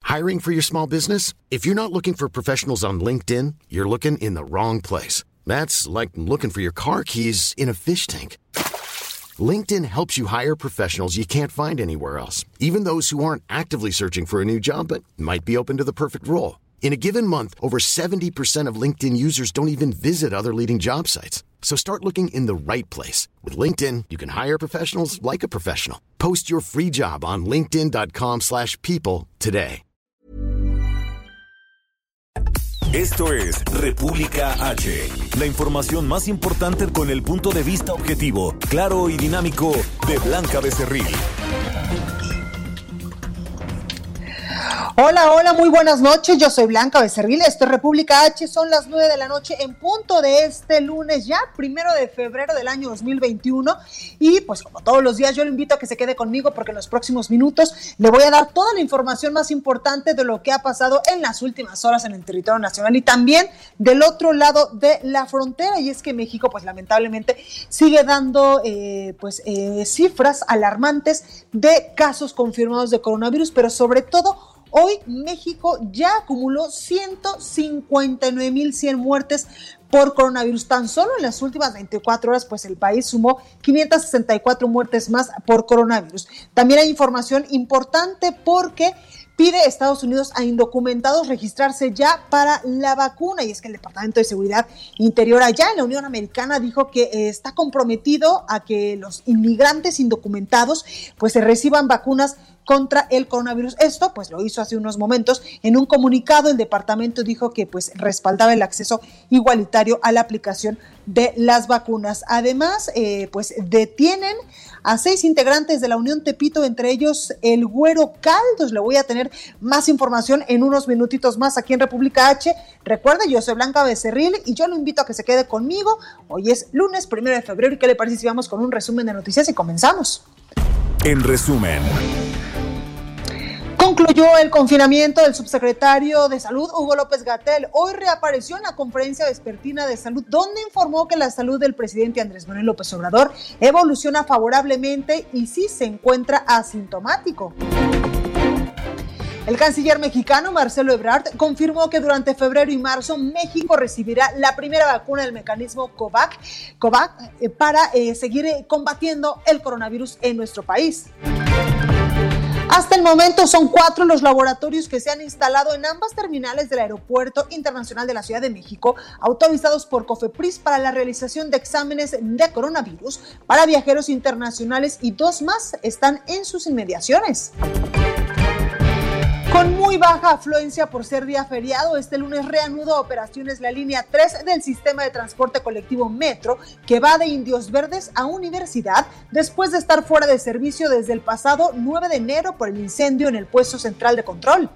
Hiring for your small business? If you're not looking for professionals on LinkedIn, you're looking in the wrong place. That's like looking for your car keys in a fish tank. LinkedIn helps you hire professionals you can't find anywhere else, even those who aren't actively searching for a new job but might be open to the perfect role. In a given month, over 70% of LinkedIn users don't even visit other leading job sites. So start looking in the right place. With LinkedIn, you can hire professionals like a professional. Post your free job on linkedin.com/people today. Esto es República H, la información más importante con el punto de vista objetivo, claro y dinámico de Blanca Becerril. Hola, muy buenas noches, yo soy Blanca Becerril, esto es República H, son las 9 de la noche en punto de este lunes ya, 1 de febrero del año 2021 y pues como todos los días yo le invito a que se quede conmigo porque en los próximos minutos le voy a dar toda la información más importante de lo que ha pasado en las últimas horas en el territorio nacional y también del otro lado de la frontera y es que México pues lamentablemente sigue dando cifras alarmantes de casos confirmados de coronavirus, pero sobre todo hoy México ya acumuló 159,100 muertes por coronavirus. Tan solo en las últimas 24 horas, pues el país sumó 564 muertes más por coronavirus. También hay información importante porque pide Estados Unidos a indocumentados registrarse ya para la vacuna y es que el Departamento de Seguridad Interior allá en la Unión Americana dijo que está comprometido a que los inmigrantes indocumentados pues se reciban vacunas contra el coronavirus. Esto pues lo hizo hace unos momentos. En un comunicado el departamento dijo que pues respaldaba el acceso igualitario a la aplicación de las vacunas. Además pues detienen a 6 integrantes de la Unión Tepito, entre ellos el Güero Caldos. Le voy a tener más información en unos minutitos más aquí en República H. Recuerde, yo soy Blanca Becerril y yo lo invito a que se quede conmigo. Hoy es lunes 1 de febrero y ¿qué le parece si vamos con un resumen de noticias y comenzamos? En resumen. Concluyó el confinamiento del subsecretario de Salud, Hugo López-Gatell. Hoy reapareció en la conferencia vespertina de salud, donde informó que la salud del presidente Andrés Manuel López Obrador evoluciona favorablemente y sí se encuentra asintomático. El canciller mexicano Marcelo Ebrard confirmó que durante febrero y marzo México recibirá la primera vacuna del mecanismo COVAX para seguir combatiendo el coronavirus en nuestro país. Hasta el momento son 4 los laboratorios que se han instalado en ambas terminales del Aeropuerto Internacional de la Ciudad de México, autorizados por COFEPRIS para la realización de exámenes de coronavirus para viajeros internacionales y 2 más están en sus inmediaciones. Con muy baja afluencia por ser día feriado, este lunes reanudó operaciones la línea 3 del sistema de transporte colectivo Metro, que va de Indios Verdes a Universidad, después de estar fuera de servicio desde el pasado 9 de enero por el incendio en el puesto central de control.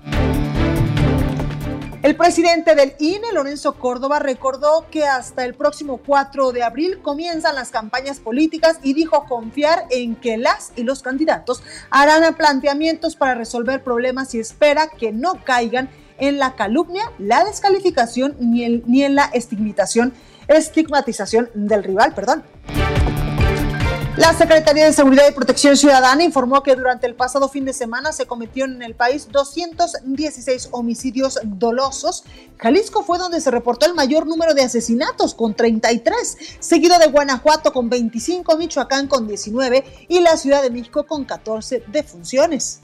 El presidente del INE, Lorenzo Córdoba, recordó que hasta el próximo 4 de abril comienzan las campañas políticas y dijo confiar en que las y los candidatos harán planteamientos para resolver problemas y espera que no caigan en la calumnia, la descalificación ni en la estigmatización del rival. La Secretaría de Seguridad y Protección Ciudadana informó que durante el pasado fin de semana se cometieron en el país 216 homicidios dolosos. Jalisco fue donde se reportó el mayor número de asesinatos, con 33, seguido de Guanajuato con 25, Michoacán con 19 y la Ciudad de México con 14 defunciones.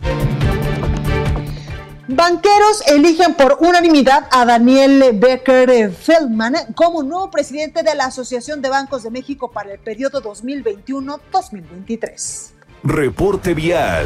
Banqueros eligen por unanimidad a Daniel Becker Feldman como nuevo presidente de la Asociación de Bancos de México para el periodo 2021-2023. Reporte vial.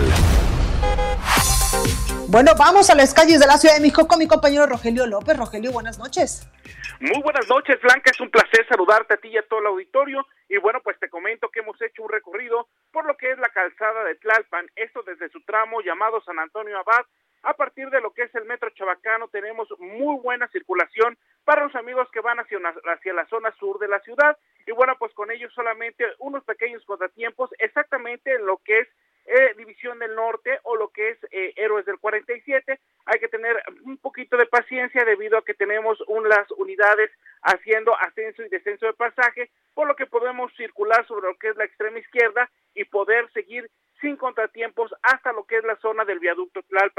Bueno, vamos a las calles de la Ciudad de México con mi compañero Rogelio López. Rogelio, buenas noches. Muy buenas noches, Blanca, es un placer saludarte a ti y a todo el auditorio. Y bueno, pues te comento que hemos hecho un recorrido por lo que es la calzada de Tlalpan, esto desde su tramo llamado San Antonio Abad. A partir de lo que es el metro Chabacano tenemos muy buena circulación para los amigos que van hacia la zona sur de la ciudad. Y bueno, pues con ellos solamente unos pequeños contratiempos exactamente en lo que es División del Norte o lo que es Héroes del 47. Hay que tener un poquito de paciencia debido a que tenemos las unidades haciendo ascenso y descenso de pasaje, por lo que podemos circular sobre lo que es la extrema izquierda y poder seguir sin contratiempos hasta lo que es la zona del viaducto Tlalpan.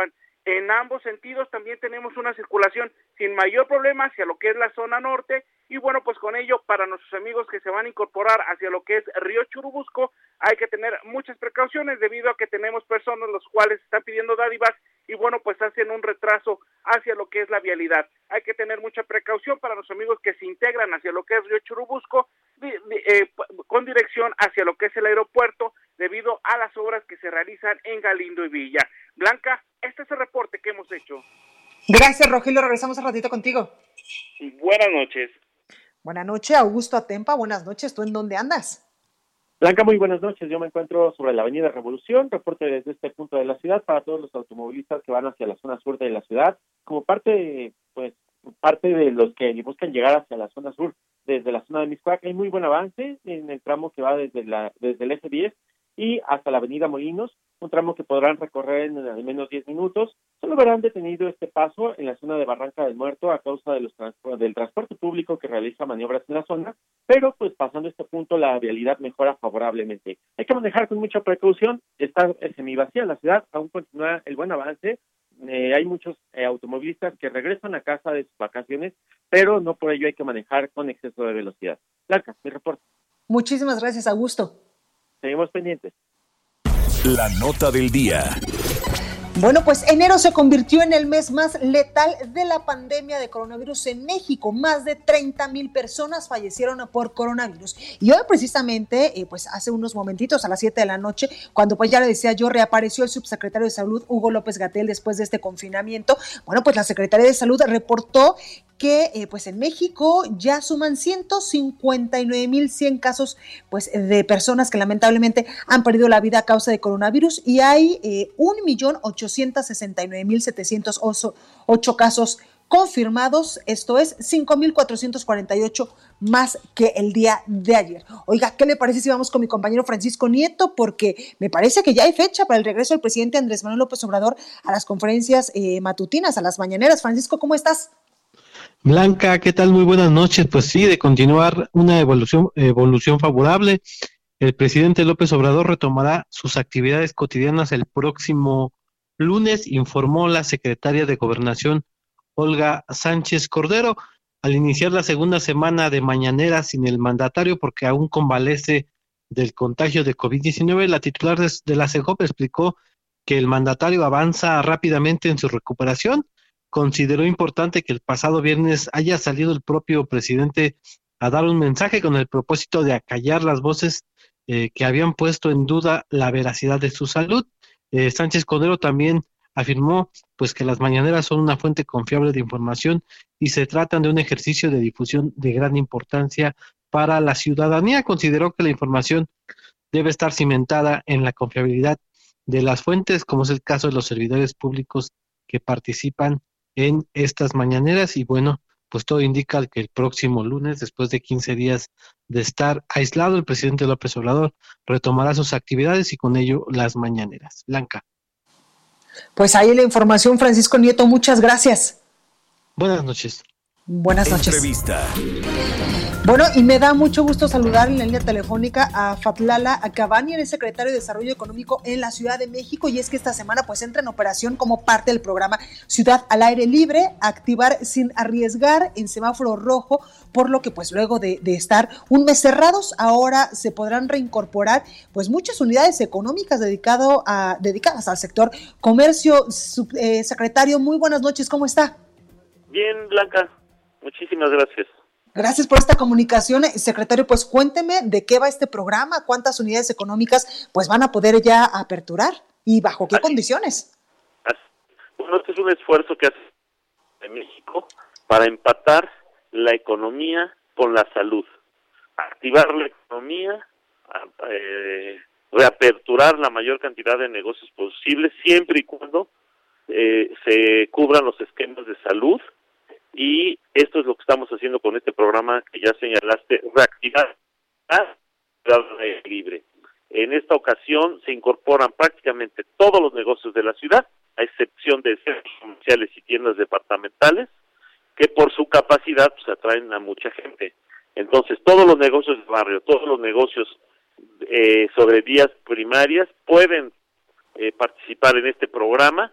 En ambos sentidos también tenemos una circulación sin mayor problema hacia lo que es la zona norte, y bueno, pues con ello, para nuestros amigos que se van a incorporar hacia lo que es Río Churubusco, hay que tener muchas precauciones debido a que tenemos personas los cuales están pidiendo dádivas y bueno, pues hacen un retraso hacia lo que es la vialidad. Hay que tener mucha precaución para los amigos que se integran hacia lo que es Río Churubusco, con dirección hacia lo que es el aeropuerto, debido a las obras que se realizan en Galindo y Villa. Blanca, este es el reporte que hemos hecho. Gracias, Rogelio. Regresamos un ratito contigo. Buenas noches. Buenas noches, Augusto Atempa. Buenas noches. ¿Tú en dónde andas? Blanca, muy buenas noches. Yo me encuentro sobre la avenida Revolución. Reporte desde este punto de la ciudad para todos los automovilistas que van hacia la zona sur de la ciudad, como parte de los que buscan llegar hacia la zona sur desde la zona de Mixcoac. Hay muy buen avance en el tramo que va desde el eje 10 y hasta la avenida Molinos, un tramo que podrán recorrer en al menos 10 minutos. Solo verán detenido este paso en la zona de Barranca del Muerto a causa de del transporte público que realiza maniobras en la zona, pero pues pasando este punto la vialidad mejora favorablemente. Hay que manejar con mucha precaución, está semivacía la ciudad, aún continúa el buen avance. Hay muchos automovilistas que regresan a casa de sus vacaciones, pero no por ello hay que manejar con exceso de velocidad. Blanca, mi reporte. Muchísimas gracias, Augusto. Seguimos pendientes. La nota del día. Bueno, pues enero se convirtió en el mes más letal de la pandemia de coronavirus en México. Más de 30,000 personas fallecieron por coronavirus. Y hoy precisamente, pues hace unos momentitos, a las 7 de la noche, cuando pues ya le decía yo, reapareció el subsecretario de Salud, Hugo López-Gatell, después de este confinamiento. Bueno, pues la Secretaría de Salud reportó que pues en México ya suman 159,100 casos pues de personas que lamentablemente han perdido la vida a causa de coronavirus, y hay 1,869,708 casos confirmados, esto es 5,448 más que el día de ayer. Oiga, ¿qué le parece si vamos con mi compañero Francisco Nieto? Porque me parece que ya hay fecha para el regreso del presidente Andrés Manuel López Obrador a las conferencias matutinas, a las mañaneras. Francisco, ¿cómo estás? Blanca, ¿qué tal? Muy buenas noches. Pues sí, de continuar una evolución favorable, el presidente López Obrador retomará sus actividades cotidianas el próximo lunes, informó la secretaria de Gobernación, Olga Sánchez Cordero, al iniciar la segunda semana de mañanera sin el mandatario porque aún convalece del contagio de COVID-19. La titular de la CEGOP explicó que el mandatario avanza rápidamente en su recuperación. Consideró importante que el pasado viernes haya salido el propio presidente a dar un mensaje con el propósito de acallar las voces que habían puesto en duda la veracidad de su salud. Sánchez Cordero también afirmó pues que las mañaneras son una fuente confiable de información y se tratan de un ejercicio de difusión de gran importancia para la ciudadanía. Consideró que la información debe estar cimentada en la confiabilidad de las fuentes, como es el caso de los servidores públicos que participan en estas mañaneras. Y bueno, pues todo indica que el próximo lunes, después de 15 días de estar aislado, el presidente López Obrador retomará sus actividades y con ello las mañaneras. Blanca. Pues ahí la información, Francisco Nieto, muchas gracias. Buenas noches. Buenas noches. Entrevista. Bueno, y me da mucho gusto saludar en la línea telefónica a Fatlala Acabani, el secretario de Desarrollo Económico en la Ciudad de México, y es que esta semana pues entra en operación como parte del programa Ciudad al Aire Libre, activar sin arriesgar en semáforo rojo, por lo que pues luego de estar un mes cerrados, ahora se podrán reincorporar pues muchas unidades económicas dedicadas al sector comercio. Secretario, muy buenas noches, ¿cómo está? Bien, Blanca, muchísimas gracias. Gracias por esta comunicación, secretario. Pues cuénteme de qué va este programa, cuántas unidades económicas pues van a poder ya aperturar y bajo qué condiciones. Bueno, este es un esfuerzo que hace México para empatar la economía con la salud, activar la economía, reaperturar la mayor cantidad de negocios posibles, siempre y cuando se cubran los esquemas de salud. Y esto es lo que estamos haciendo con este programa que ya señalaste, reactivar la ciudad libre. En esta ocasión se incorporan prácticamente todos los negocios de la ciudad, a excepción de centros comerciales y tiendas departamentales, que por su capacidad pues atraen a mucha gente. Entonces, todos los negocios de barrio, todos los negocios sobre vías primarias pueden participar en este programa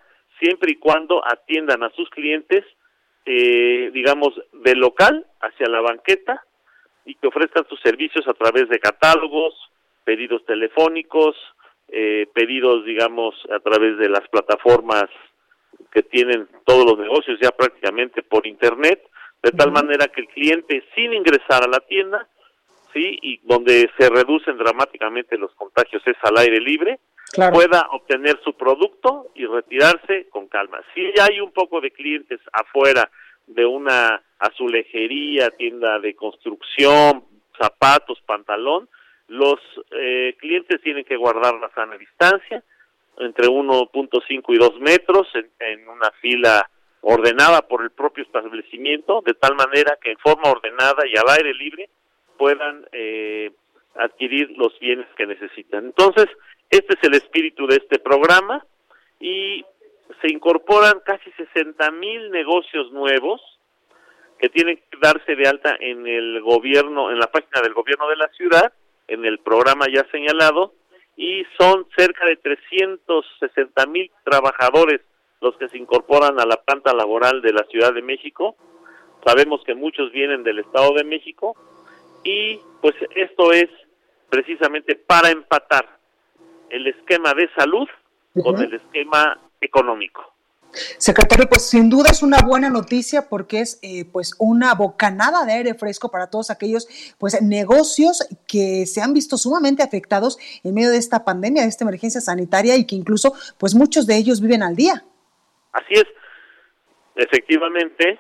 siempre y cuando atiendan a sus clientes, digamos, del local hacia la banqueta, y que ofrezcan sus servicios a través de catálogos, pedidos telefónicos, pedidos, digamos, a través de las plataformas que tienen todos los negocios ya prácticamente por internet, de tal manera que el cliente, sin ingresar a la tienda, sí, y donde se reducen dramáticamente los contagios es al aire libre, claro, pueda obtener su producto y retirarse con calma. Si hay un poco de clientes afuera de una azulejería, tienda de construcción, zapatos, pantalón, los clientes tienen que guardar la sana distancia, entre 1.5 y 2 metros, en una fila ordenada por el propio establecimiento, de tal manera que en forma ordenada y al aire libre puedan adquirir los bienes que necesitan. Entonces, este es el espíritu de este programa, y se incorporan casi 60,000 negocios nuevos que tienen que darse de alta en el gobierno, en la página del gobierno de la ciudad, en el programa ya señalado, y son cerca de 360,000 trabajadores los que se incorporan a la planta laboral de la Ciudad de México. Sabemos que muchos vienen del Estado de México, y pues esto es precisamente para empatar el esquema de salud con el esquema económico. Secretario, pues sin duda es una buena noticia, porque es pues una bocanada de aire fresco para todos aquellos pues negocios que se han visto sumamente afectados en medio de esta pandemia, de esta emergencia sanitaria, y que incluso pues muchos de ellos viven al día. Así es, efectivamente,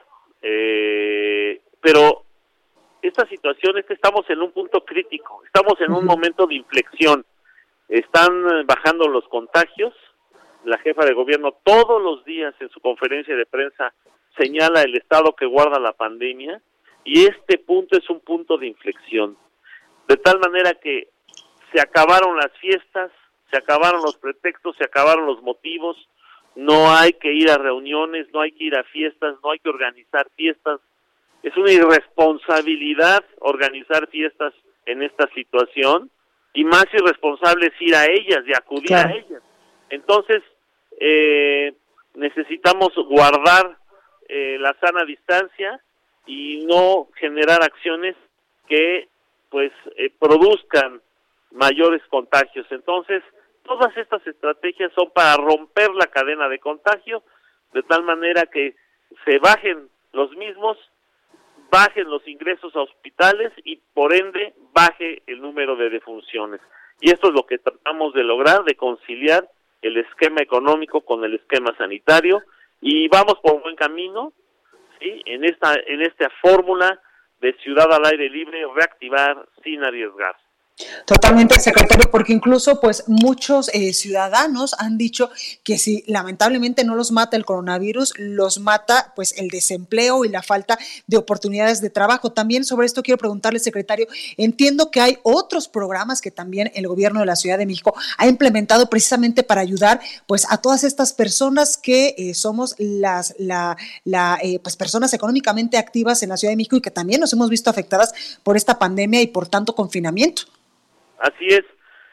pero esta situación es que estamos en un punto crítico, estamos en un momento de inflexión, están bajando los contagios. La jefa de gobierno todos los días en su conferencia de prensa señala el estado que guarda la pandemia, y este punto es un punto de inflexión, de tal manera que se acabaron las fiestas, se acabaron los pretextos, se acabaron los motivos, no hay que ir a reuniones, no hay que ir a fiestas, no hay que organizar fiestas. Es una irresponsabilidad organizar fiestas en esta situación, y más irresponsable es ir a ellas y acudir a ellas. Entonces, necesitamos guardar la sana distancia y no generar acciones que pues produzcan mayores contagios. Entonces, todas estas estrategias son para romper la cadena de contagio, de tal manera que se bajen los mismos, bajen los ingresos a hospitales y por ende baje el número de defunciones. Y esto es lo que tratamos de lograr, de conciliar el esquema económico con el esquema sanitario, y vamos por buen camino, ¿sí? En esta fórmula de ciudad al aire libre, reactivar sin arriesgar. Totalmente, secretario, porque incluso pues muchos ciudadanos han dicho que si lamentablemente no los mata el coronavirus, los mata pues el desempleo y la falta de oportunidades de trabajo. También sobre esto quiero preguntarle, secretario, entiendo que hay otros programas que también el gobierno de la Ciudad de México ha implementado precisamente para ayudar pues a todas estas personas que somos pues personas económicamente activas en la Ciudad de México, y que también nos hemos visto afectadas por esta pandemia y por tanto confinamiento. Así es.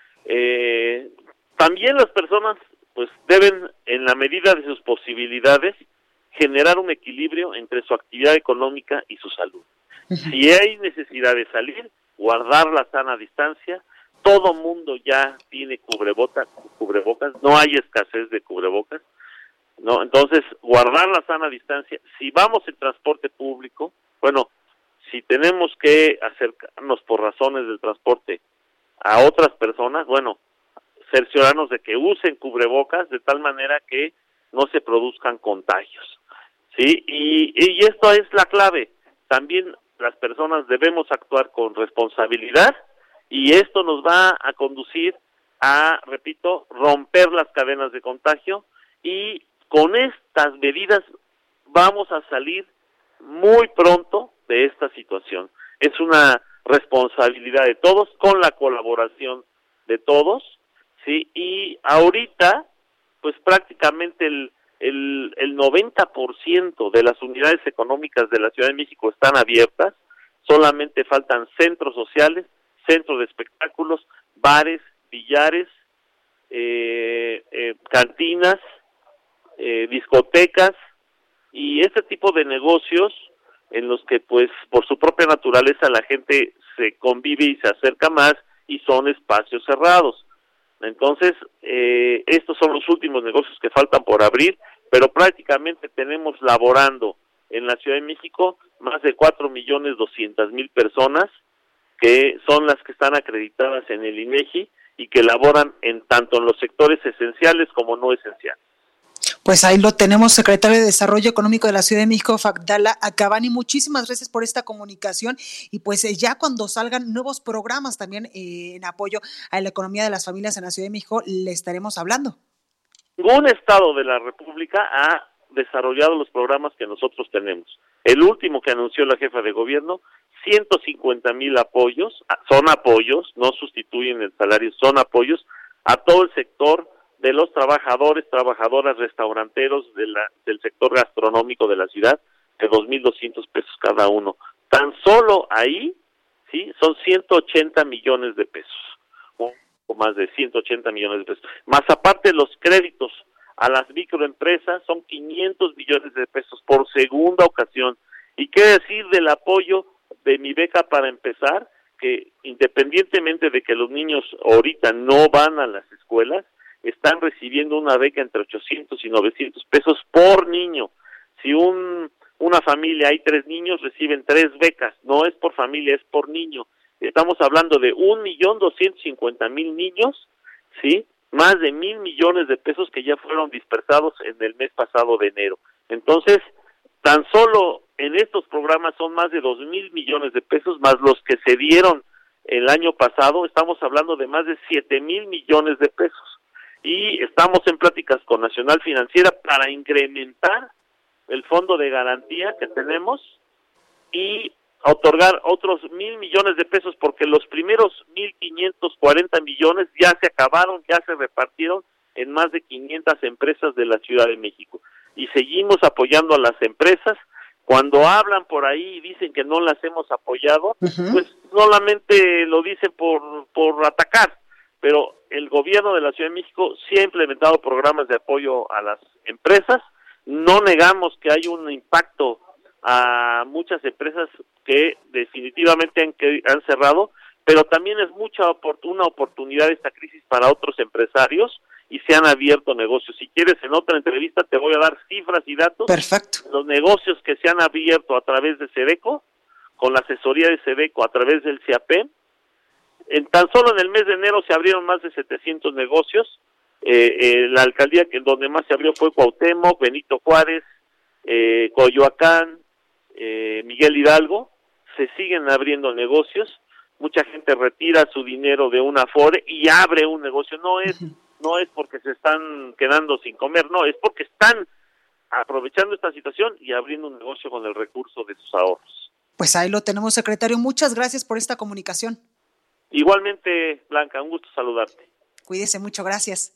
También las personas pues deben, en la medida de sus posibilidades, generar un equilibrio entre su actividad económica y su salud. Si hay necesidad de salir, guardar la sana distancia. Todo mundo ya tiene cubrebocas, no hay escasez de cubrebocas, ¿no? Entonces, guardar la sana distancia. Si vamos en transporte público, bueno, si tenemos que acercarnos por razones del transporte a otras personas, bueno, cerciorarnos de que usen cubrebocas de tal manera que no se produzcan contagios, ¿sí? Y esto es la clave. También las personas debemos actuar con responsabilidad, y esto nos va a conducir a, repito, romper las cadenas de contagio, y con estas medidas vamos a salir muy pronto de esta situación. Es una responsabilidad de todos, con la colaboración de todos, ¿sí? Y ahorita, pues prácticamente el 90% de las unidades económicas de la Ciudad de México están abiertas, solamente faltan centros sociales, centros de espectáculos, bares, billares, cantinas, discotecas y este tipo de negocios en los que pues por su propia naturaleza la gente se convive y se acerca más y son espacios cerrados. Entonces, estos son los últimos negocios que faltan por abrir, pero prácticamente tenemos laborando en la Ciudad de México más de 4.200.000 personas, que son las que están acreditadas en el INEGI y que laboran tanto en los sectores esenciales como no esenciales. Pues ahí lo tenemos, secretario de Desarrollo Económico de la Ciudad de México, Fagdala Acabani. Muchísimas gracias por esta comunicación y pues ya cuando salgan nuevos programas también en apoyo a la economía de las familias en la Ciudad de México, le estaremos hablando. Ningún estado de la República ha desarrollado los programas que nosotros tenemos. El último que anunció la jefa de gobierno, 150,000 apoyos, son apoyos, no sustituyen el salario, son apoyos a todo el sector de los trabajadores, trabajadoras, restauranteros del sector gastronómico de la ciudad, de 2,200 pesos cada uno. Tan solo ahí, sí, son 180 millones de pesos, o más de 180 millones de pesos. Más aparte los créditos a las microempresas son 500 millones de pesos por segunda ocasión. ¿Y qué decir del apoyo de Mi Beca para Empezar? Que independientemente de que los niños ahorita no van a las escuelas, están recibiendo una beca entre 800 y 900 pesos por niño. Si una familia hay 3 niños, reciben 3 becas, no es por familia, es por niño. Estamos hablando de 1,250,000 niños, ¿sí? Más de 1,000 millones de pesos que ya fueron dispersados en el mes pasado de enero. Entonces, tan solo en estos programas son más de 2,000 millones de pesos, más los que se dieron el año pasado, estamos hablando de más de 7,000 millones de pesos. Y estamos en pláticas con Nacional Financiera para incrementar el fondo de garantía que tenemos y otorgar otros 1,000 millones de pesos, porque los primeros 1,540 millones ya se acabaron, ya se repartieron en más de 500 empresas de la Ciudad de México. Y seguimos apoyando a las empresas. Cuando hablan por ahí y dicen que no las hemos apoyado, pues solamente lo dicen por atacar. Pero el gobierno de la Ciudad de México sí ha implementado programas de apoyo a las empresas. No negamos que hay un impacto a muchas empresas que definitivamente han cerrado, pero también es una oportunidad esta crisis para otros empresarios y se han abierto negocios. Si quieres, en otra entrevista te voy a dar cifras y datos. Perfecto. Los negocios que se han abierto a través de SEDECO, con la asesoría de SEDECO a través del CIAPEM. Tan solo en el mes de enero se abrieron más de 700 negocios. La alcaldía donde más se abrió fue Cuauhtémoc, Benito Juárez, Coyoacán, Miguel Hidalgo. Se siguen abriendo negocios. Mucha gente retira su dinero de una Afore y abre un negocio. No es porque se están quedando sin comer, no, es porque están aprovechando esta situación y abriendo un negocio con el recurso de sus ahorros. Pues ahí lo tenemos, secretario. Muchas gracias por esta comunicación. Igualmente, Blanca, un gusto saludarte. Cuídese mucho, gracias.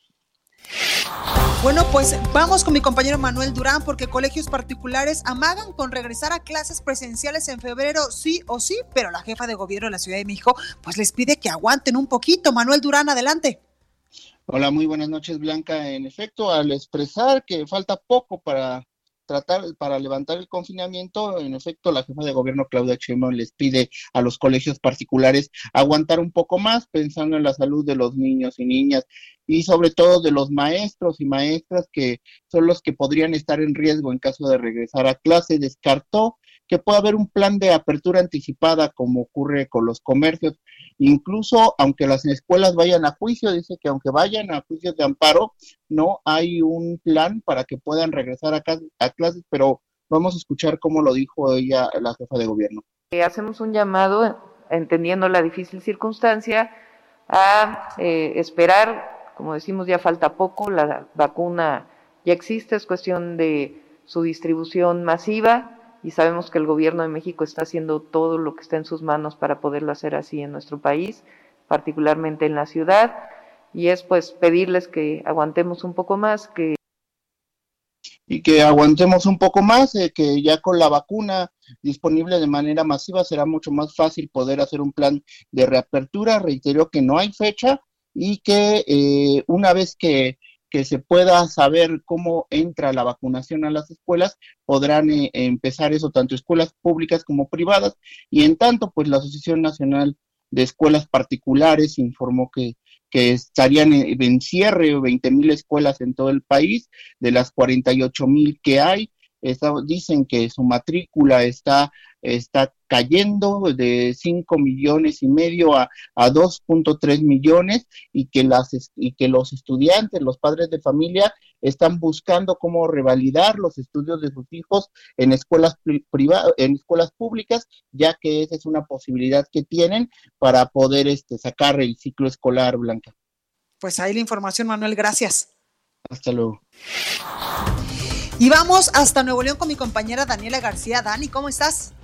Bueno, pues vamos con mi compañero Manuel Durán, porque colegios particulares amagan con regresar a clases presenciales en febrero, sí o sí, pero la jefa de gobierno de la Ciudad de México pues les pide que aguanten un poquito. Manuel Durán, adelante. Hola, muy buenas noches, Blanca. En efecto, al expresar que falta poco para levantar el confinamiento, en efecto, la jefa de gobierno Claudia Sheinbaum les pide a los colegios particulares aguantar un poco más, pensando en la salud de los niños y niñas y sobre todo de los maestros y maestras, que son los que podrían estar en riesgo en caso de regresar a clase. Descartó que pueda haber un plan de apertura anticipada como ocurre con los comercios. Incluso aunque las escuelas vayan a juicio, dice que aunque vayan a juicios de amparo, no hay un plan para que puedan regresar a clases, pero vamos a escuchar cómo lo dijo ella, la jefa de gobierno. Hacemos un llamado, entendiendo la difícil circunstancia, a esperar, como decimos, ya falta poco, la vacuna ya existe, es cuestión de su distribución masiva, y sabemos que el gobierno de México está haciendo todo lo que está en sus manos para poderlo hacer así en nuestro país, particularmente en la ciudad, y es pues pedirles que aguantemos un poco más, que ya con la vacuna disponible de manera masiva será mucho más fácil poder hacer un plan de reapertura. Reiteró que no hay fecha y que una vez que que se pueda saber cómo entra la vacunación a las escuelas, podrán empezar eso tanto escuelas públicas como privadas, y en tanto, pues la Asociación Nacional de Escuelas Particulares informó que estarían en cierre 20,000 escuelas en todo el país, de las 48,000 que hay. Dicen que su matrícula está cayendo de 5,5 millones a 2.3 millones, y que los estudiantes, los padres de familia, están buscando cómo revalidar los estudios de sus hijos en escuelas en escuelas públicas, ya que esa es una posibilidad que tienen para poder sacar el ciclo escolar, Blanca. Pues ahí la información, Manuel, gracias. Hasta luego. Y vamos hasta Nuevo León con mi compañera Daniela García. Dani, ¿cómo estás?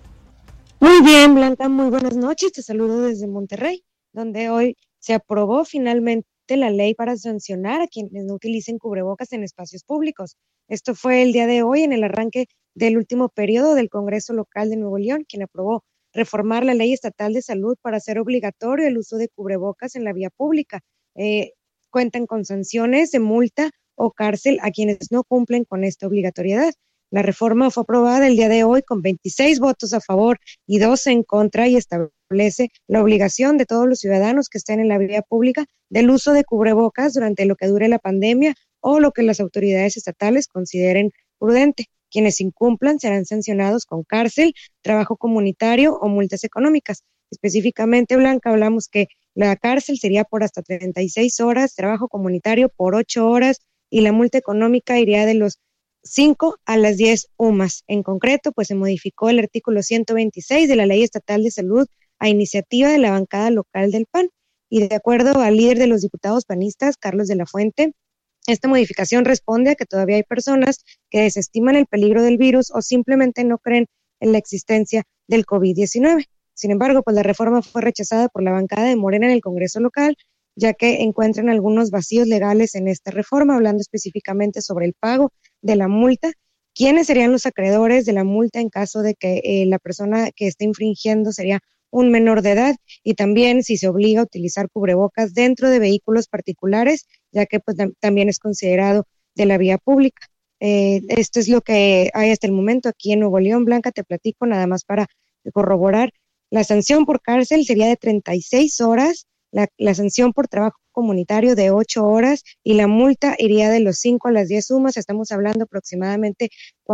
Muy bien, Blanca, muy buenas noches. Te saludo desde Monterrey, donde hoy se aprobó finalmente la ley para sancionar a quienes no utilicen cubrebocas en espacios públicos. Esto fue el día de hoy, en el arranque del último periodo del Congreso Local de Nuevo León, quien aprobó reformar la Ley Estatal de Salud para hacer obligatorio el uso de cubrebocas en la vía pública. Cuentan con sanciones de multa o cárcel a quienes no cumplen con esta obligatoriedad. La reforma fue aprobada el día de hoy con 26 votos a favor y 2 en contra, y establece la obligación de todos los ciudadanos que estén en la vía pública del uso de cubrebocas durante lo que dure la pandemia o lo que las autoridades estatales consideren prudente. Quienes incumplan serán sancionados con cárcel, trabajo comunitario o multas económicas. Específicamente, Blanca, hablamos que la cárcel sería por hasta 36 horas, trabajo comunitario por 8 horas, y la multa económica iría de los 5 a las 10 UMAS. En concreto, pues se modificó el artículo 126 de la Ley Estatal de Salud a iniciativa de la bancada local del PAN, y de acuerdo al líder de los diputados panistas, Carlos de la Fuente, esta modificación responde a que todavía hay personas que desestiman el peligro del virus o simplemente no creen en la existencia del COVID-19. Sin embargo, pues la reforma fue rechazada por la bancada de Morena en el Congreso local, ya que encuentran algunos vacíos legales en esta reforma, hablando específicamente sobre el pago de la multa, quiénes serían los acreedores de la multa en caso de que la persona que esté infringiendo sería un menor de edad, y también si se obliga a utilizar cubrebocas dentro de vehículos particulares, ya que pues también es considerado de la vía pública. Esto es lo que hay hasta el momento aquí en Nuevo León. Blanca, te platico nada más para corroborar. La sanción por cárcel sería de 36 horas, la sanción por trabajo comunitario de 8 horas, y la multa iría de los 5 a las 10 sumas. Estamos hablando aproximadamente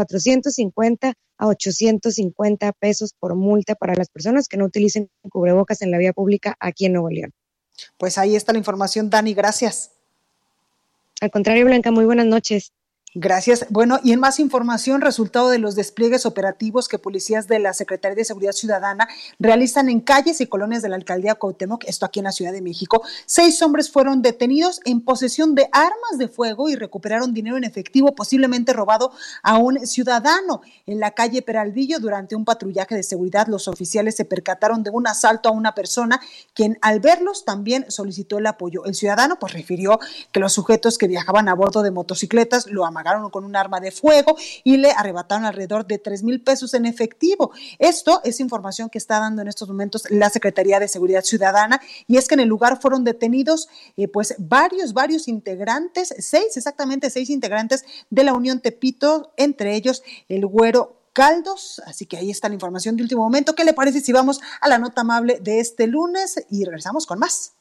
450 a 850 pesos por multa para las personas que no utilicen cubrebocas en la vía pública aquí en Nuevo León. Pues ahí está la información, Dani, gracias. Al contrario, Blanca, muy buenas noches. Gracias. Bueno, y en más información, resultado de los despliegues operativos que policías de la Secretaría de Seguridad Ciudadana realizan en calles y colonias de la alcaldía Cuauhtémoc, esto aquí en la Ciudad de México, 6 hombres fueron detenidos en posesión de armas de fuego y recuperaron dinero en efectivo posiblemente robado a un ciudadano. En la calle Peralvillo, durante un patrullaje de seguridad, los oficiales se percataron de un asalto a una persona, quien al verlos también solicitó el apoyo. El ciudadano pues refirió que los sujetos que viajaban a bordo de motocicletas lo amagaron con un arma de fuego y le arrebataron alrededor de 3,000 pesos en efectivo. Esto es información que está dando en estos momentos la Secretaría de Seguridad Ciudadana, y es que en el lugar fueron detenidos pues varios integrantes, 6 integrantes de la Unión Tepito, entre ellos el Güero Caldos. Así que ahí está la información de último momento. ¿Qué le parece si vamos a la nota amable de este lunes y regresamos con más?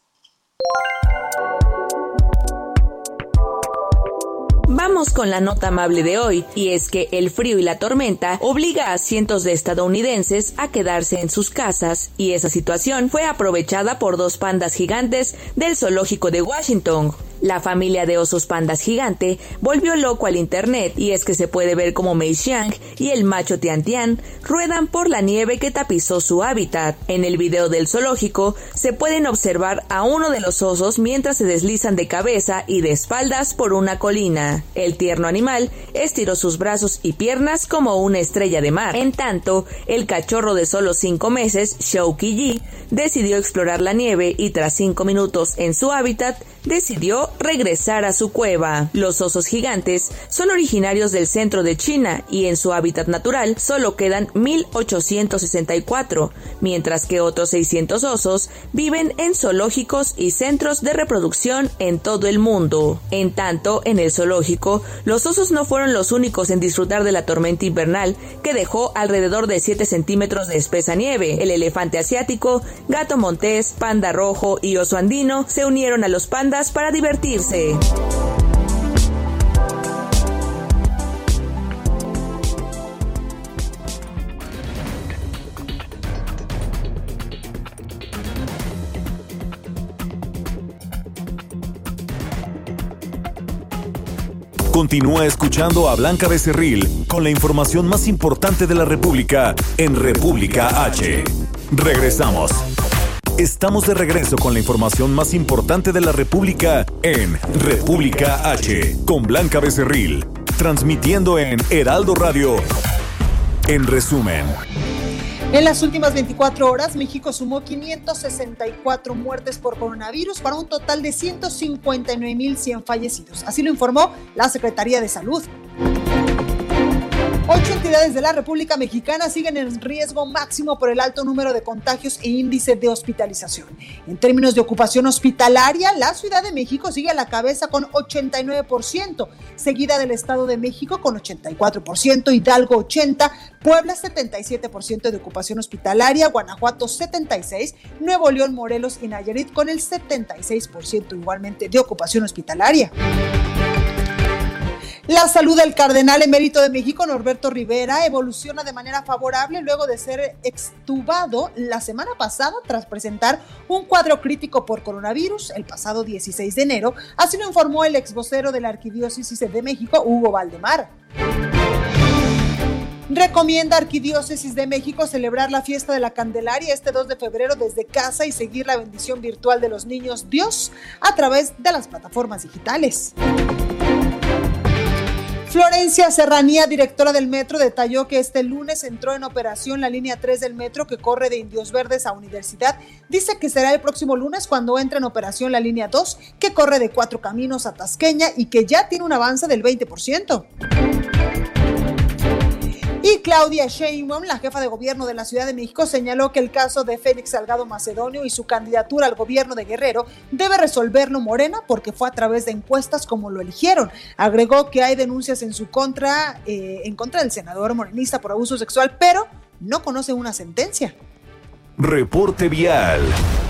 Vamos con la nota amable de hoy, y es que el frío y la tormenta obliga a cientos de estadounidenses a quedarse en sus casas, y esa situación fue aprovechada por 2 pandas gigantes del zoológico de Washington. La familia de osos pandas gigante volvió loco al internet, y es que se puede ver como Mei Xiang y el macho Tian Tian ruedan por la nieve que tapizó su hábitat. En el video del zoológico se pueden observar a uno de los osos mientras se deslizan de cabeza y de espaldas por una colina. El tierno animal estiró sus brazos y piernas como una estrella de mar. En tanto, el cachorro de solo 5 meses, Xiao Qi Yi, decidió explorar la nieve y tras 5 minutos en su hábitat, decidió decidió regresar a su cueva. Los osos gigantes son originarios del centro de China y en su hábitat natural solo quedan 1,864, mientras que otros 600 osos viven en zoológicos y centros de reproducción en todo el mundo. En tanto, en el zoológico, los osos no fueron los únicos en disfrutar de la tormenta invernal que dejó alrededor de 7 centímetros de espesa nieve. El elefante asiático, gato montés, panda rojo y oso andino se unieron a los pandas para divertirse. Continúa escuchando a Blanca Becerril con la información más importante de la República en República H. Regresamos. Estamos de regreso con la información más importante de la República en República H con Blanca Becerril, transmitiendo en Heraldo Radio. En resumen. En las últimas 24 horas, México sumó 564 muertes por coronavirus para un total de 159,100 fallecidos. Así lo informó la Secretaría de Salud. 8 entidades de la República Mexicana siguen en riesgo máximo por el alto número de contagios e índice de hospitalización. En términos de ocupación hospitalaria, la Ciudad de México sigue a la cabeza con 89%, seguida del Estado de México con 84%, Hidalgo 80%, Puebla 77% de ocupación hospitalaria, Guanajuato 76%, Nuevo León, Morelos y Nayarit con el 76% igualmente de ocupación hospitalaria. La salud del cardenal emérito de México, Norberto Rivera, evoluciona de manera favorable luego de ser extubado la semana pasada tras presentar un cuadro crítico por coronavirus el pasado 16 de enero, así lo informó el exvocero de la Arquidiócesis de México, Hugo Valdemar. Recomienda Arquidiócesis de México celebrar la fiesta de la Candelaria este 2 de febrero desde casa y seguir la bendición virtual de los niños Dios a través de las plataformas digitales. Florencia Serranía, directora del metro, detalló que este lunes entró en operación la línea 3 del metro que corre de Indios Verdes a Universidad. Dice que será el próximo lunes cuando entre en operación la línea 2 que corre de Cuatro Caminos a Tasqueña y que ya tiene un avance del 20%. Y Claudia Sheinbaum, la jefa de gobierno de la Ciudad de México, señaló que el caso de Félix Salgado Macedonio y su candidatura al gobierno de Guerrero debe resolverlo Morena porque fue a través de encuestas como lo eligieron. Agregó que hay denuncias en contra del senador morenista por abuso sexual, pero no conoce una sentencia. Reporte vial.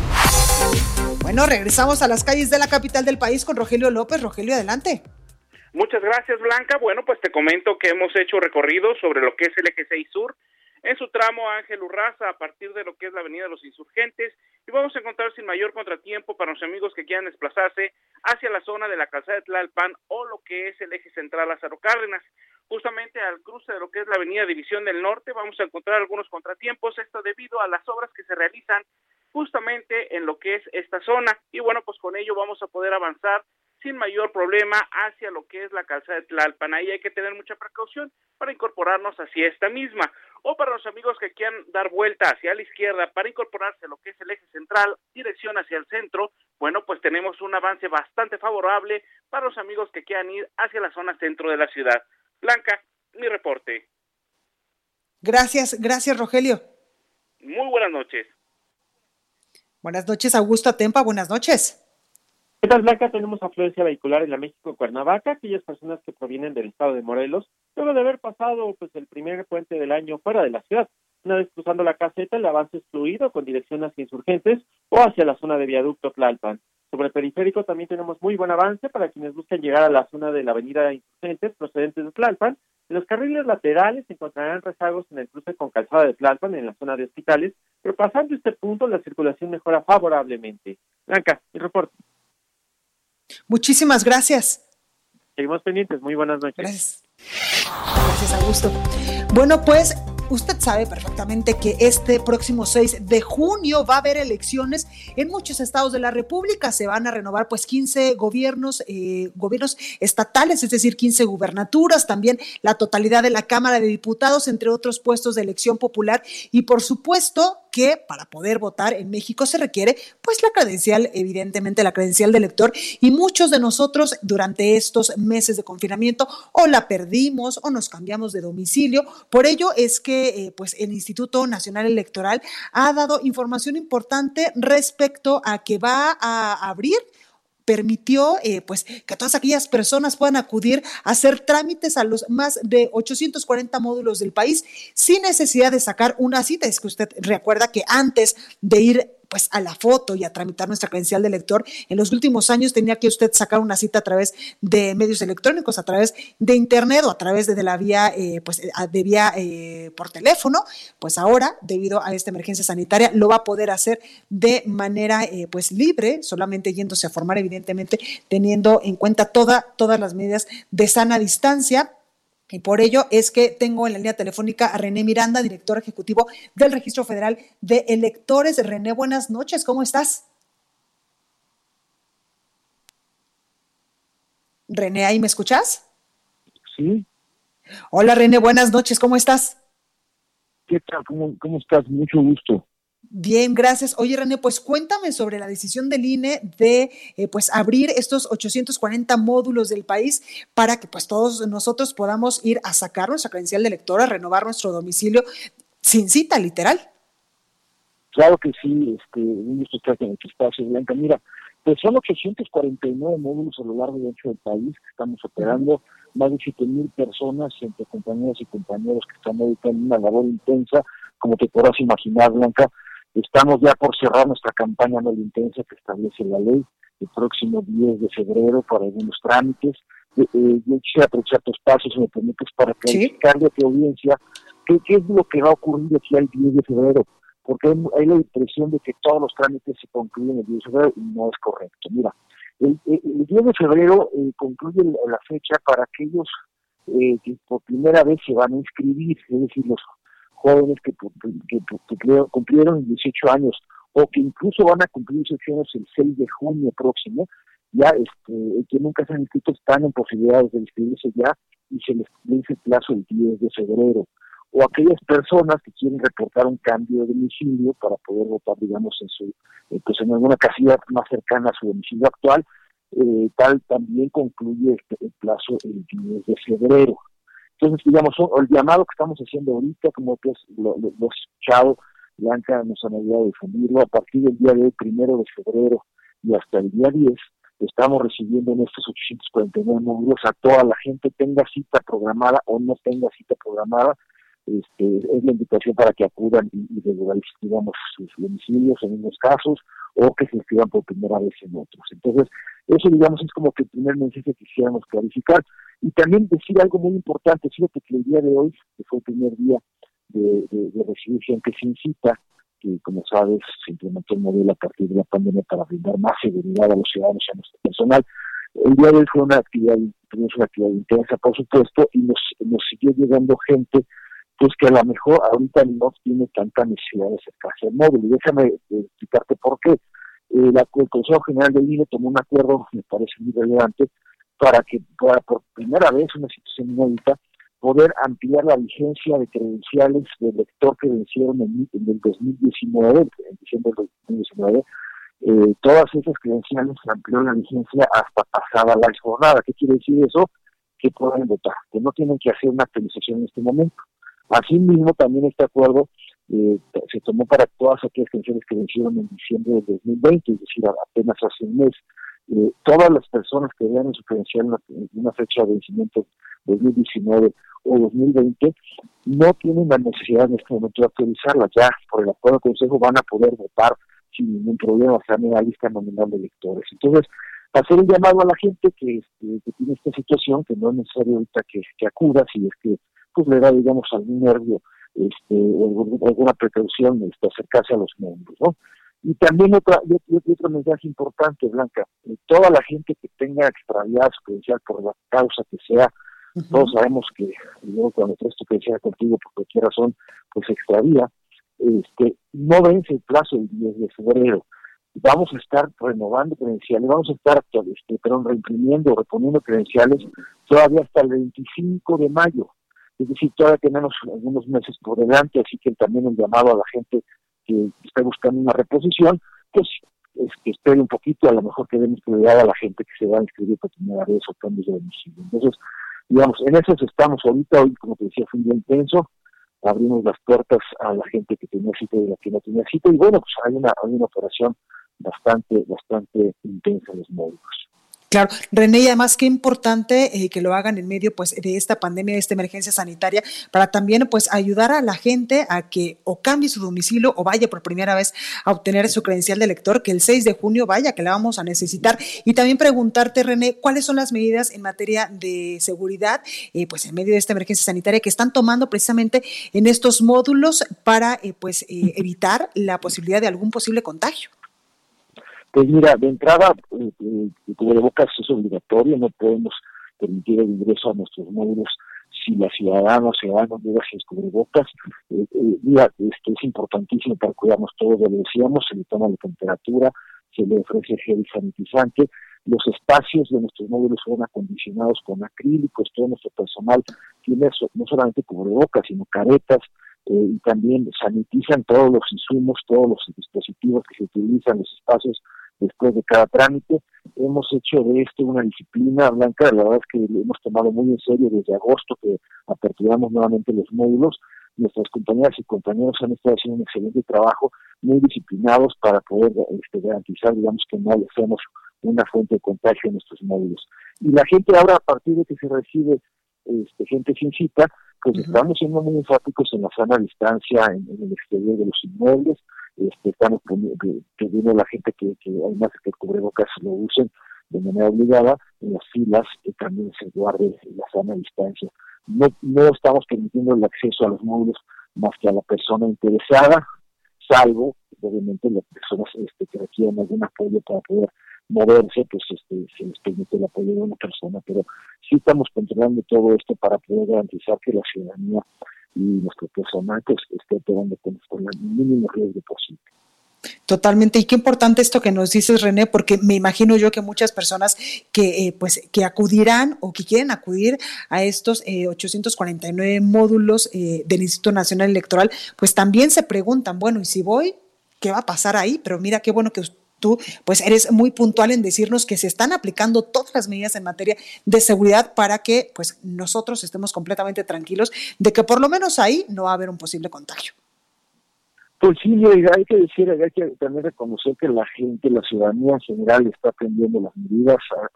Bueno, regresamos a las calles de la capital del país con Rogelio López. Rogelio, adelante. Muchas gracias, Blanca. Bueno, pues te comento que hemos hecho recorrido sobre lo que es el eje 6 sur, en su tramo Ángel Urraza, a partir de lo que es la avenida de los Insurgentes, y vamos a encontrar sin mayor contratiempo para los amigos que quieran desplazarse hacia la zona de la calzada de Tlalpan o lo que es el eje central Lázaro Cárdenas. Justamente al cruce de lo que es la avenida División del Norte vamos a encontrar algunos contratiempos, esto debido a las obras que se realizan justamente en lo que es esta zona, y bueno, pues con ello vamos a poder avanzar sin mayor problema hacia lo que es la calzada de Tlalpan. Ahí hay que tener mucha precaución para incorporarnos hacia esta misma. O para los amigos que quieran dar vuelta hacia la izquierda para incorporarse a lo que es el eje central, dirección hacia el centro, bueno, pues tenemos un avance bastante favorable para los amigos que quieran ir hacia la zona centro de la ciudad. Blanca, mi reporte. Gracias, Rogelio. Muy buenas noches. Buenas noches, Augusto Atempa, buenas noches. ¿Qué tal, Blanca? Tenemos afluencia vehicular en la México-Cuernavaca, aquellas personas que provienen del estado de Morelos, luego de haber pasado el primer puente del año fuera de la ciudad. Una vez cruzando la caseta, el avance es fluido con dirección hacia Insurgentes o hacia la zona de viaducto Tlalpan. Sobre el periférico también tenemos muy buen avance para quienes buscan llegar a la zona de la avenida Insurgentes procedentes de Tlalpan. En los carriles laterales se encontrarán rezagos en el cruce con calzada de Tlalpan en la zona de hospitales, pero pasando este punto la circulación mejora favorablemente. Blanca, mi reporte. Muchísimas gracias. Seguimos pendientes. Muy buenas noches. Gracias, Augusto. Bueno, pues usted sabe perfectamente que este próximo 6 de junio va a haber elecciones en muchos estados de la República. Se van a renovar 15 gobiernos estatales, es decir, 15 gubernaturas, también la totalidad de la Cámara de Diputados, entre otros puestos de elección popular y, por supuesto, que para poder votar en México se requiere pues la credencial, evidentemente la credencial de elector, y muchos de nosotros durante estos meses de confinamiento o la perdimos o nos cambiamos de domicilio. Por ello es que pues el Instituto Nacional Electoral ha dado información importante respecto a que va a permitió pues que todas aquellas personas puedan acudir a hacer trámites a los más de 840 módulos del país sin necesidad de sacar una cita. Es que usted recuerda que antes de ir pues a la foto y a tramitar nuestra credencial de elector, en los últimos años tenía que usted sacar una cita a través de medios electrónicos, a través de internet o a través de la vía, por teléfono. Pues ahora, debido a esta emergencia sanitaria, lo va a poder hacer de manera pues libre, solamente yéndose a formar, evidentemente, teniendo en cuenta todas las medidas de sana distancia. Y por ello es que tengo en la línea telefónica a René Miranda, director ejecutivo del Registro Federal de Electores. René, buenas noches, ¿cómo estás? René, ¿ahí me escuchas? Sí. Hola René, buenas noches, ¿cómo estás? ¿Qué tal? ¿Cómo estás? Mucho gusto. Bien, gracias. Oye, René, pues cuéntame sobre la decisión del INE de pues abrir estos 840 módulos del país para que pues todos nosotros podamos ir a sacar nuestra credencial de elector, a renovar nuestro domicilio sin cita, literal. Claro que sí, un gusto estar en tu espacio, Blanca. Mira, pues son 849 módulos a lo largo y ancho del país que estamos operando, más de 7,000 personas entre compañeras y compañeros que están dedicando una labor intensa, como te podrás imaginar, Blanca. Estamos ya por cerrar nuestra campaña anual intensa que establece la ley el próximo 10 de febrero para algunos trámites. Yo quisiera aprovechar tu espacio, si me permites, para clarificarle a tu audiencia qué es lo que va a ocurrir aquí al 10 de febrero, porque hay la impresión de que todos los trámites se concluyen el 10 de febrero y no es correcto. Mira, el 10 de febrero concluye la fecha para aquellos que por primera vez se van a inscribir, es decir, los jóvenes que cumplieron 18 años o que incluso van a cumplir 18 años el 6 de junio próximo, ya que nunca se han inscrito están en posibilidades de inscribirse ya y se les vence el plazo el 10 de febrero. O aquellas personas que quieren reportar un cambio de domicilio para poder votar, digamos, en alguna casilla más cercana a su domicilio actual, también concluye el plazo el 10 de febrero. Entonces, digamos, el llamado que estamos haciendo ahorita, como que lo has escuchado, Blanca nos han ayudado a difundirlo, a partir del día de hoy, 1 de febrero y hasta el día 10, estamos recibiendo en estos 849 módulos a toda la gente, tenga cita programada o no tenga cita programada. Es la invitación para que acudan y regularicen, digamos, sus domicilios en unos casos o que se inscriban por primera vez en otros. Entonces, eso, digamos, es como que el primer mensaje que quisiéramos clarificar. Y también decir algo muy importante, fíjate que el día de hoy, que fue el primer día de recibir gente sin cita, que como sabes, se implementó el modelo a partir de la pandemia para brindar más seguridad a los ciudadanos y a nuestro personal. El día de hoy fue una actividad intensa, por supuesto, y nos siguió llegando gente pues que a lo mejor ahorita no tiene tanta necesidad de acercarse al módulo. Y déjame explicarte por qué. El Consejo General del INE tomó un acuerdo, me parece muy relevante, para por primera vez, una situación inédita, poder ampliar la vigencia de credenciales del elector que vencieron en el 2019, en diciembre del 2019. Todas esas credenciales amplió la vigencia hasta pasada la jornada. ¿Qué quiere decir eso? Que pueden votar, que no tienen que hacer una actualización en este momento. Asimismo, también este acuerdo se tomó para todas aquellas credenciales que vencieron en diciembre del 2020, es decir, apenas hace un mes. Todas las personas que vean en su credencial en una fecha de vencimiento 2019 o 2020 no tienen la necesidad en este momento de actualizarla. Ya por el acuerdo del Consejo van a poder votar sin ningún problema, o sea, en la lista nominal de electores. Entonces, hacer un llamado a la gente que tiene esta situación, que no es necesario ahorita que acuda, si es que pues le da, digamos, algún nervio o alguna precaución, acercarse a los miembros, ¿no? Y también otro mensaje importante, Blanca, toda la gente que tenga extraviada su credencial por la causa que sea, todos sabemos que luego cuando traes tu credencial contigo por cualquier razón, pues se extravía, no vence el plazo el 10 de febrero. Vamos a estar renovando credenciales, vamos a estar reimprimiendo, reponiendo credenciales todavía hasta el 25 de mayo. Es decir, todavía tenemos algunos meses por delante, así que también el llamado a la gente que esté buscando una reposición, pues que espere un poquito, a lo mejor que demos prioridad a la gente que se va a inscribir por primera vez o cambios de domicilio. Entonces, digamos, en eso estamos ahorita. Hoy, como te decía, fue un día intenso, abrimos las puertas a la gente que tenía cita y la que no tenía cita, y bueno, pues hay una operación bastante intensa en los módulos. Claro, René, y además qué importante que lo hagan en medio pues de esta pandemia, de esta emergencia sanitaria, para también pues ayudar a la gente a que o cambie su domicilio o vaya por primera vez a obtener su credencial de elector, que el 6 de junio vaya, que la vamos a necesitar. Y también preguntarte, René, ¿cuáles son las medidas en materia de seguridad pues en medio de esta emergencia sanitaria que están tomando precisamente en estos módulos para evitar la posibilidad de algún posible contagio? Pues mira, de entrada, el cubrebocas es obligatorio, no podemos permitir el ingreso a nuestros módulos si la ciudadana o ciudadano llega sin cubrebocas. Mira, es importantísimo para cuidarnos todos, ya lo decíamos, se le toma la temperatura, se le ofrece gel sanitizante. Los espacios de nuestros módulos son acondicionados con acrílicos, todo nuestro personal tiene no solamente cubrebocas, sino caretas, y también sanitizan todos los insumos, todos los dispositivos que se utilizan en los espacios después de cada trámite. Hemos hecho de esto una disciplina, Blanca, la verdad es que lo hemos tomado muy en serio desde agosto que aperturamos nuevamente los módulos. Nuestras compañeras y compañeros han estado haciendo un excelente trabajo, muy disciplinados para poder garantizar, digamos, que no seamos una fuente de contagio en nuestros módulos. Y la gente ahora, a partir de que se recibe gente sin cita, pues estamos siendo muy enfáticos en la sana distancia en el exterior de los inmuebles. Estamos pidiendo a la gente que además de que el cubrebocas lo usen de manera obligada en las filas, que también se guarde la sana distancia. No estamos permitiendo el acceso a los módulos más que a la persona interesada, salvo obviamente las personas que requieren algún apoyo para poder moverse, pues se les permite el apoyo de una persona, pero sí estamos controlando todo esto para poder garantizar que la ciudadanía y nuestro personal pues esté operando con el mínimo riesgo posible. Totalmente, y qué importante esto que nos dices, René, porque me imagino yo que muchas personas que acudirán o que quieren acudir a estos 849 módulos del Instituto Nacional Electoral, pues también se preguntan, bueno, ¿y si voy? ¿Qué va a pasar ahí? Pero mira qué bueno que tú pues eres muy puntual en decirnos que se están aplicando todas las medidas en materia de seguridad para que pues nosotros estemos completamente tranquilos de que por lo menos ahí no va a haber un posible contagio. Pues sí, hay que también reconocer que la gente, la ciudadanía en general está aprendiendo las medidas,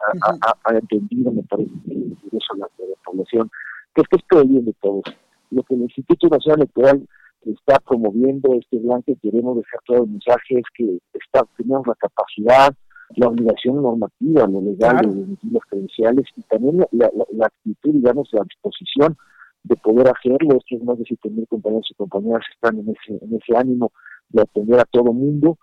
ha entendido, me parece, eso la población, que esto es todo bien de todos. Lo que el Instituto Nacional Electoral está promoviendo Blanca, y queremos dejar todo el mensaje, es que tenemos la capacidad, la obligación normativa, lo legal, claro, de emitir las credenciales, y también la actitud, digamos, la disposición de poder hacerlo. Estos más de 7,000 compañeros y compañeras están en ese ánimo de atender a todo mundo.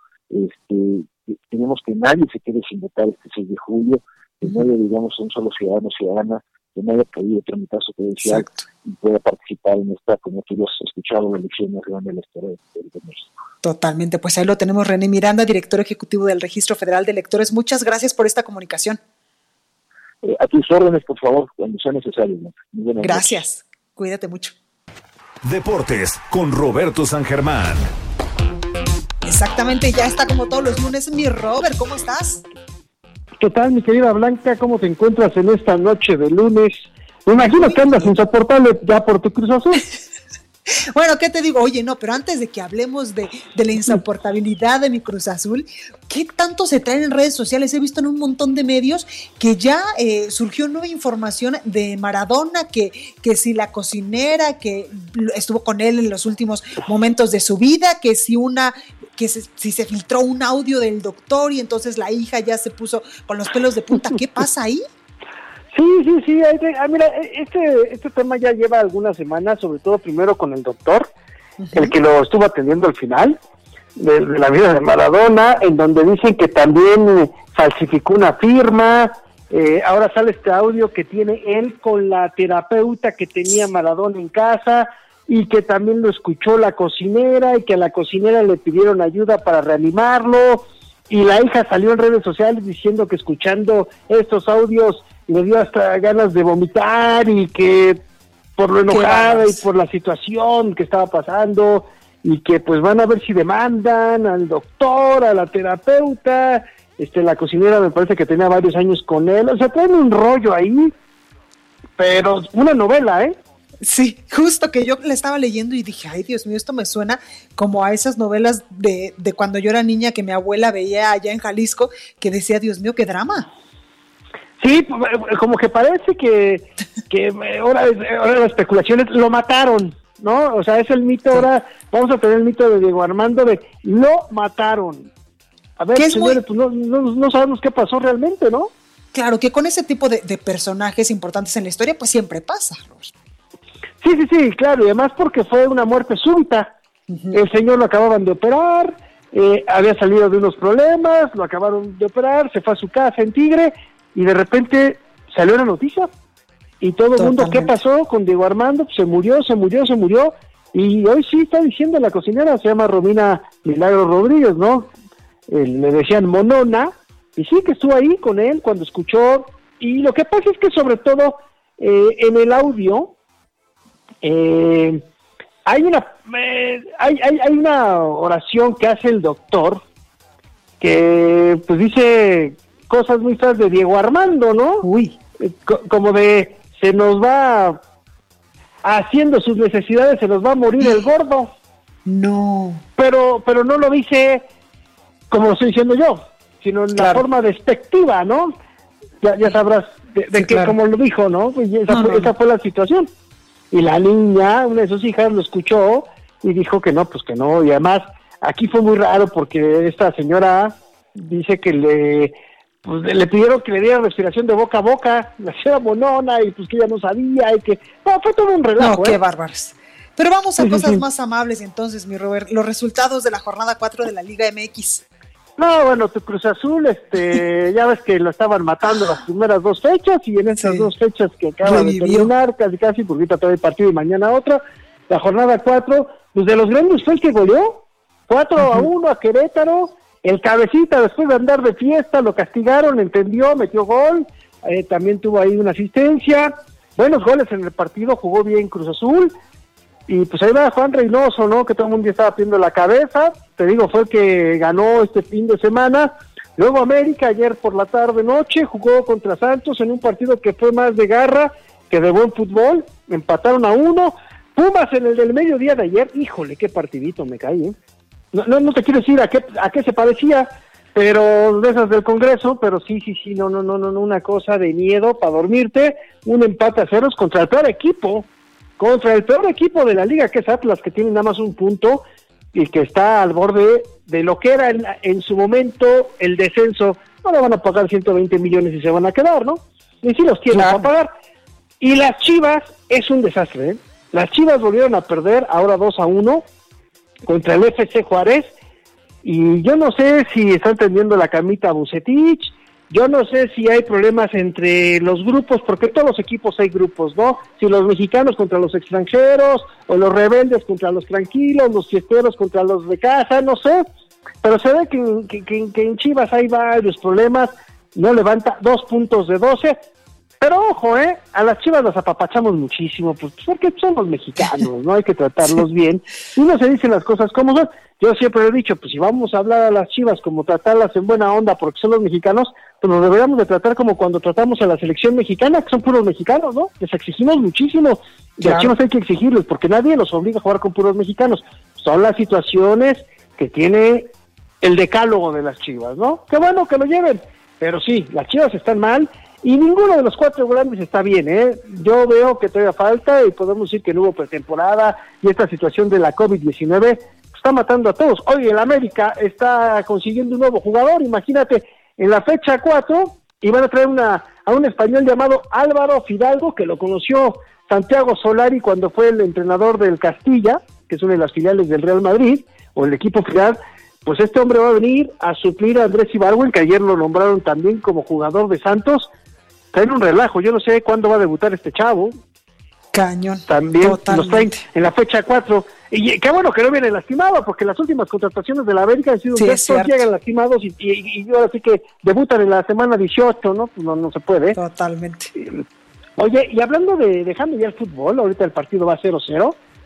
Tenemos que nadie se quede sin votar este 6 de julio, que nadie, digamos, un solo ciudadano o ciudadana que no haya podido tramitar su credencial. Exacto. Y pueda participar en esta, como tú lo has escuchado, la elección más grande de la historia de México. Totalmente, pues ahí lo tenemos. René Miranda, director ejecutivo del Registro Federal de Electores. Muchas gracias por esta comunicación. A tus órdenes, por favor, cuando sea necesario. Gracias, cuídate mucho. Deportes con Roberto San Germán. Exactamente, ya está como todos los lunes. Mi Robert, ¿cómo estás? ¿Qué tal, mi querida Blanca? ¿Cómo te encuentras en esta noche de lunes? Me imagino que andas insoportable ya por tu Cruz Azul. Bueno, ¿qué te digo? Oye, no, pero antes de que hablemos de la insoportabilidad de mi Cruz Azul, ¿qué tanto se trae en redes sociales? He visto en un montón de medios que ya surgió nueva información de Maradona, que si la cocinera, que estuvo con él en los últimos momentos de su vida, que si se filtró un audio del doctor y entonces la hija ya se puso con los pelos de punta. ¿Qué pasa ahí? Sí. Mira, este tema ya lleva algunas semanas, sobre todo primero con el doctor, el que lo estuvo atendiendo al final de la vida de Maradona, en donde dicen que también falsificó una firma. Ahora sale este audio que tiene él con la terapeuta que tenía Maradona en casa, y que también lo escuchó la cocinera, y que a la cocinera le pidieron ayuda para reanimarlo, y la hija salió en redes sociales diciendo que escuchando estos audios le dio hasta ganas de vomitar, y que por lo enojada y por la situación que estaba pasando, y que pues van a ver si demandan al doctor, a la terapeuta, la cocinera me parece que tenía varios años con él, o sea, tiene un rollo ahí, pero una novela, ¿eh? Sí, justo que yo le estaba leyendo y dije, ay Dios mío, esto me suena como a esas novelas de cuando yo era niña que mi abuela veía allá en Jalisco, que decía, Dios mío, qué drama. Sí, como que parece que ahora las especulaciones lo mataron, ¿no? O sea, es el mito, ahora vamos a tener el mito de Diego Armando de lo mataron. A ver, señores, pues no sabemos qué pasó realmente, ¿no? Claro, que con ese tipo de personajes importantes en la historia, pues siempre pasa, Robert. Sí, claro, y además porque fue una muerte súbita. El señor lo acababan de operar, había salido de unos problemas, lo acabaron de operar, se fue a su casa en Tigre, y de repente salió la noticia, y todo el mundo, ¿qué pasó con Diego Armando? Pues se murió, y hoy sí está diciendo la cocinera, se llama Romina Milagro Rodríguez, ¿no? Le decían Monona, y sí que estuvo ahí con él cuando escuchó, y lo que pasa es que sobre todo en el audio, hay una oración que hace el doctor que pues dice cosas muy feas de Diego Armando, ¿no? Uy, como de se nos va haciendo sus necesidades, se nos va a morir el gordo. No. Pero no lo dice como lo estoy diciendo yo, sino en la forma despectiva, ¿no? Ya sabrás de que como lo dijo, ¿no? Pues esa fue la situación. Y la niña, una de sus hijas, lo escuchó y dijo que no, pues que no. Y además, aquí fue muy raro porque esta señora dice que le pidieron que le diera respiración de boca a boca, la señora Monona, y pues que ella no sabía, y que... No, fue todo un relajo. No, qué bárbaros. Pero vamos a cosas más amables entonces, mi Robert. Los resultados de la jornada 4 de la Liga MX. No, bueno, tu Cruz Azul, ya ves que lo estaban matando las primeras 2 fechas, y en esas 2 fechas que acaban de terminar, casi, porque ahorita todavía hay partido y mañana otra, la jornada 4, pues de los grandes fue el que goleó, 4-1 a Querétaro, el cabecita después de andar de fiesta, lo castigaron, entendió, metió gol, también tuvo ahí una asistencia, buenos goles en el partido, jugó bien Cruz Azul, y pues ahí va Juan Reynoso, ¿no? Que todo el mundo ya estaba pidiendo la cabeza, te digo, fue el que ganó este fin de semana. Luego América, ayer por la tarde-noche, jugó contra Santos en un partido que fue más de garra que de buen fútbol, empataron a 1. Pumas en el del mediodía de ayer, híjole, qué partidito me caí, ¿eh? No te quiero decir a qué se parecía, pero de esas del Congreso, pero sí, no, una cosa de miedo para dormirte, un empate a 0 contra el peor equipo de la liga, que es Atlas, que tiene nada más un punto y que está al borde de lo que era en su momento el descenso. No le van a pagar 120 millones y se van a quedar, ¿no? Y sí los tienen para pagar. Y las Chivas es un desastre, ¿eh? Las Chivas volvieron a perder, ahora 2-1, contra el FC Juárez, y yo no sé si están tendiendo la camita a Vucetich, yo no sé si hay problemas entre los grupos, porque todos los equipos hay grupos, ¿no? Si los mexicanos contra los extranjeros, o los rebeldes contra los tranquilos, los fiesteros contra los de casa, no sé. Pero se ve que en Chivas hay varios problemas, no levanta 2 puntos de 12. Pero ojo, a las Chivas las apapachamos muchísimo, pues porque son los mexicanos, ¿no? Hay que tratarlos bien. Y no se dicen las cosas como son. Yo siempre he dicho, pues si vamos a hablar a las Chivas como tratarlas en buena onda porque son los mexicanos, pues nos deberíamos de tratar como cuando tratamos a la selección mexicana, que son puros mexicanos, ¿no? Les exigimos muchísimo. Y a Chivas hay que exigirles porque nadie los obliga a jugar con puros mexicanos. Son las situaciones que tiene el decálogo de las Chivas, ¿no? Qué bueno que lo lleven. Pero sí, las Chivas están mal. Y ninguno de los 4 grandes está bien, ¿eh? Yo veo que todavía falta y podemos decir que no hubo pretemporada y esta situación de la COVID-19 está matando a todos. Oye, el América está consiguiendo un nuevo jugador, imagínate, en la fecha 4 iban a traer a un español llamado Álvaro Fidalgo, que lo conoció Santiago Solari cuando fue el entrenador del Castilla, que es una de las filiales del Real Madrid, o el equipo filial. Pues este hombre va a venir a suplir a Andrés Ibargüen, que ayer lo nombraron también como jugador de Santos. Traen un relajo, yo no sé cuándo va a debutar este chavo. Cañón. También los traen en la fecha 4. Y qué bueno que no viene lastimado, porque las últimas contrataciones de la América han sido todos llegan lastimados y ahora sí que debutan en la semana 18, ¿no? Pues no se puede. Totalmente. Oye, y hablando dejando ya el fútbol, ahorita el partido va 0-0,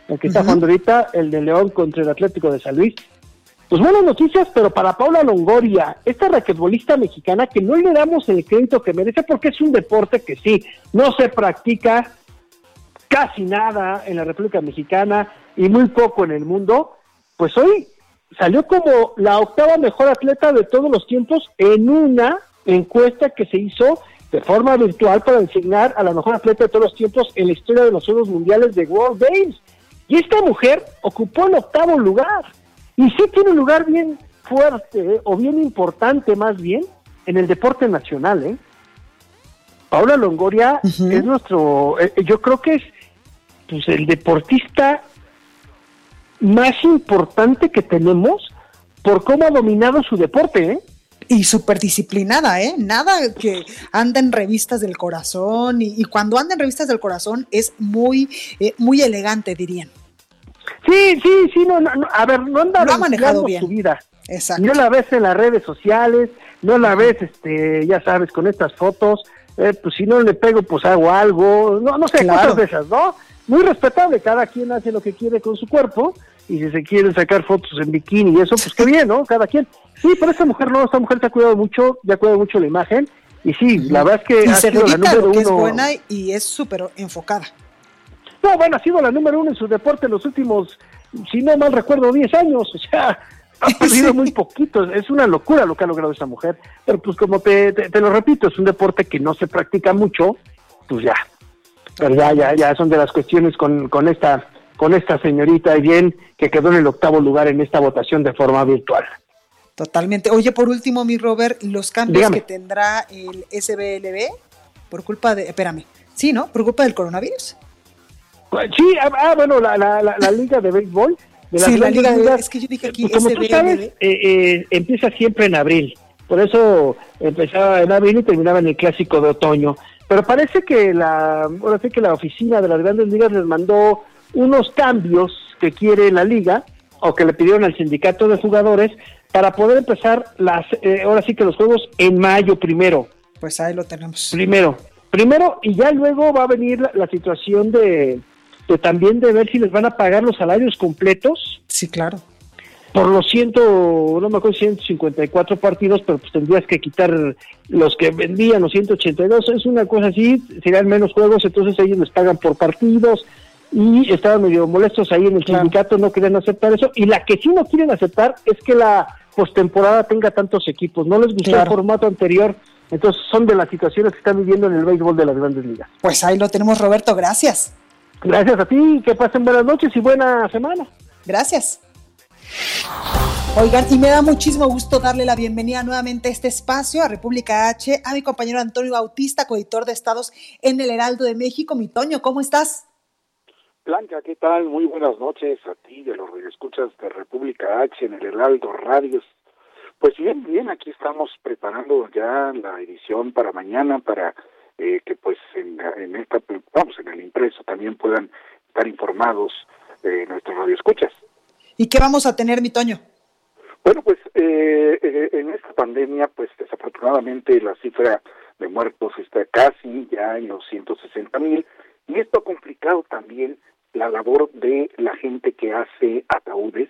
el que está jugando ahorita, el de León contra el Atlético de San Luis. Pues buenas noticias, pero para Paula Longoria, esta raquetbolista mexicana que no le damos el crédito que merece porque es un deporte que sí, no se practica casi nada en la República Mexicana y muy poco en el mundo, pues hoy salió como la 8ª mejor atleta de todos los tiempos en una encuesta que se hizo de forma virtual para designar a la mejor atleta de todos los tiempos en la historia de los Juegos Mundiales de World Games. Y esta mujer ocupó el 8º lugar. Y sí tiene un lugar bien fuerte, o bien importante más bien, en el deporte nacional, Paula Longoria es nuestro, yo creo que es pues el deportista más importante que tenemos por cómo ha dominado su deporte, Y súper disciplinada, nada que anda en revistas del corazón, y cuando anda en revistas del corazón es muy elegante, dirían. Sí, no, a ver, no anda manejado bien su vida. Exacto. No la ves en las redes sociales, no la ves, ya sabes, con estas fotos, pues si no le pego, pues hago algo, no sé, claro. Cosas de esas, ¿no? Muy respetable, cada quien hace lo que quiere con su cuerpo, y si se quieren sacar fotos en bikini y eso, pues qué bien, ¿no? Cada quien. Sí, pero esta mujer se ha cuidado mucho, ya cuida mucho la imagen, y sí, la verdad es que y ha se sido la número 1. Es buena y es súper enfocada. No, bueno, ha sido la número 1 en su deporte en los últimos, si no mal recuerdo, 10 años, o sea, ha perdido muy poquito, es una locura lo que ha logrado esta mujer, pero pues como te lo repito, es un deporte que no se practica mucho, pues ya, pero ya son de las cuestiones con esta señorita, y bien, que quedó en el 8º lugar en esta votación de forma virtual. Totalmente. Oye, por último, mi Robert, los cambios que tendrá el SBLB por culpa de, sí, ¿no? Por culpa del coronavirus. Sí, bueno, la liga de béisbol. La liga es que yo dije aquí, como tú sabes, empieza siempre en abril. Por eso empezaba en abril y terminaba en el clásico de otoño. Pero parece que la oficina de las grandes ligas les mandó unos cambios que quiere la liga, o que le pidieron al sindicato de jugadores, para poder empezar ahora sí que los juegos en mayo primero. Pues ahí lo tenemos. Primero, y ya luego va a venir la situación de también de ver si les van a pagar los salarios completos. Sí, claro. Por los 154 partidos, pero pues tendrías que quitar los que vendían, los 182, es una cosa así, serían menos juegos, entonces ellos les pagan por partidos, y estaban medio molestos ahí en el sindicato, no querían aceptar eso, y la que sí no quieren aceptar es que la postemporada tenga tantos equipos, no les gustó el formato anterior, entonces son de las situaciones que están viviendo en el béisbol de las grandes ligas. Pues ahí lo tenemos, Roberto, gracias. Gracias a ti, que pasen buenas noches y buena semana. Gracias. Oigan, y me da muchísimo gusto darle la bienvenida nuevamente a este espacio, a República H, a mi compañero Antonio Bautista, coeditor de Estados en el Heraldo de México. Mi Toño, ¿cómo estás? Blanca, ¿qué tal? Muy buenas noches a ti, de los radioescuchas de República H en el Heraldo Radios. Pues bien, aquí estamos preparando ya la edición para mañana, para que pues en el impreso también puedan estar informados nuestros radioescuchas. ¿Y qué vamos a tener, mi Toño? Bueno, pues en esta pandemia, pues desafortunadamente la cifra de muertos está casi ya en los 160,000, y esto ha complicado también la labor de la gente que hace ataúdes.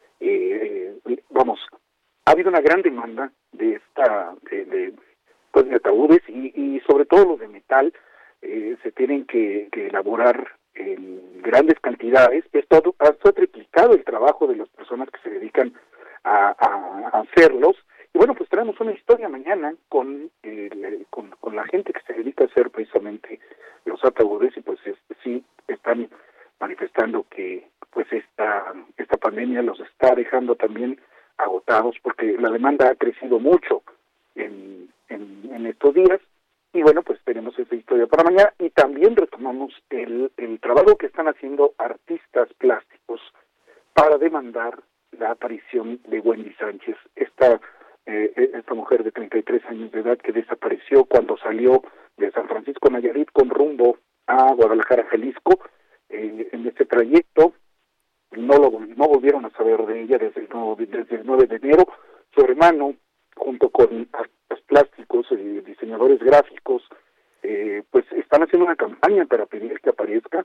Ha habido una gran demanda de de ataúdes y sobre todo los de metal. Se tienen que elaborar en grandes cantidades. Esto ha triplicado el trabajo de las personas que se dedican a hacerlos. Y bueno, pues traemos una historia mañana con la gente que se dedica a hacer precisamente los ataúdes, y pues sí están manifestando que pues esta pandemia los está dejando también agotados, porque la demanda ha crecido mucho en estos días. Y bueno, pues tenemos esa historia para mañana, y también retomamos el trabajo que están haciendo artistas plásticos para demandar la aparición de Wendy Sánchez, esta mujer de 33 años de edad que desapareció cuando salió de San Francisco Nayarit con rumbo a Guadalajara, Jalisco. En este trayecto no volvieron a saber de ella desde el 9 de enero. Su hermano, junto con artistas plásticos y diseñadores gráficos, pues están haciendo una campaña para pedir que aparezca.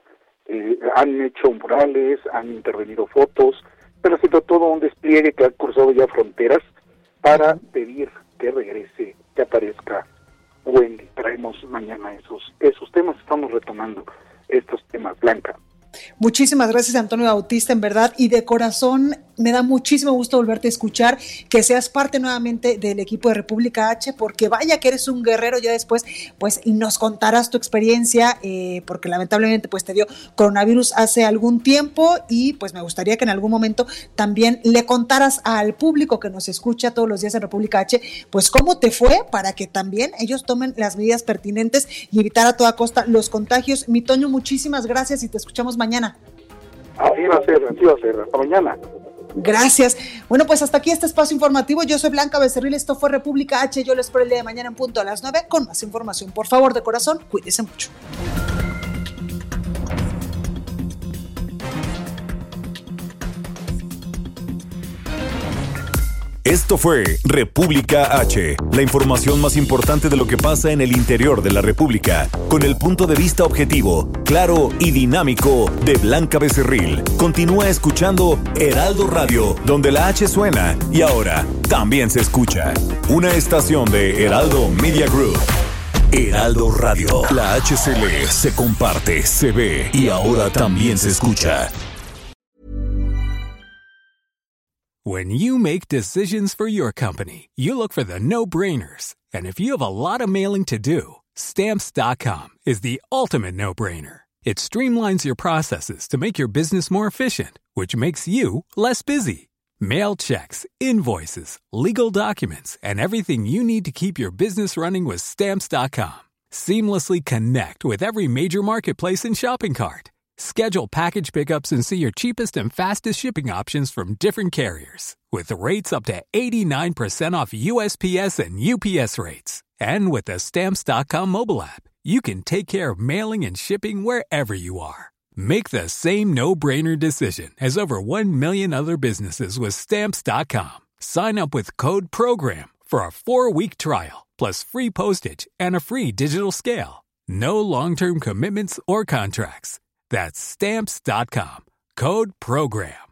Han hecho murales, han intervenido fotos, pero ha sido todo un despliegue que ha cruzado ya fronteras para pedir que regrese, que aparezca Wendy. Traemos mañana esos temas, estamos retomando estos temas, Blanca. Muchísimas gracias, Antonio Bautista, en verdad, y de corazón me da muchísimo gusto volverte a escuchar, que seas parte nuevamente del equipo de República H, porque vaya que eres un guerrero. Ya después, pues, y nos contarás tu experiencia, porque lamentablemente, pues, te dio coronavirus hace algún tiempo, y pues me gustaría que en algún momento también le contaras al público que nos escucha todos los días en República H, pues, cómo te fue, para que también ellos tomen las medidas pertinentes y evitar a toda costa los contagios. Mi Toño, muchísimas gracias y te escuchamos mañana. Así va a ser, hasta mañana. Gracias. Bueno, pues hasta aquí este espacio informativo. Yo soy Blanca Becerril, esto fue República H. Yo les espero el día de mañana en punto a las 9 con más información. Por favor, de corazón, cuídense mucho. Esto fue República H, la información más importante de lo que pasa en el interior de la República, con el punto de vista objetivo, claro y dinámico de Blanca Becerril. Continúa escuchando Heraldo Radio, donde la H suena y ahora también se escucha. Una estación de Heraldo Media Group. Heraldo Radio, la HCL se comparte, se ve y ahora también se escucha. When you make decisions for your company, you look for the no-brainers. And if you have a lot of mailing to do, Stamps.com is the ultimate no-brainer. It streamlines your processes to make your business more efficient, which makes you less busy. Mail checks, invoices, legal documents, and everything you need to keep your business running with Stamps.com. Seamlessly connect with every major marketplace and shopping cart. Schedule package pickups and see your cheapest and fastest shipping options from different carriers, with rates up to 89% off USPS and UPS rates. And with the Stamps.com mobile app, you can take care of mailing and shipping wherever you are. Make the same no-brainer decision as over 1 million other businesses with Stamps.com. Sign up with code PROGRAM for a 4-week trial, plus free postage and a free digital scale. No long-term commitments or contracts. That's Stamps.com. Code PROGRAM.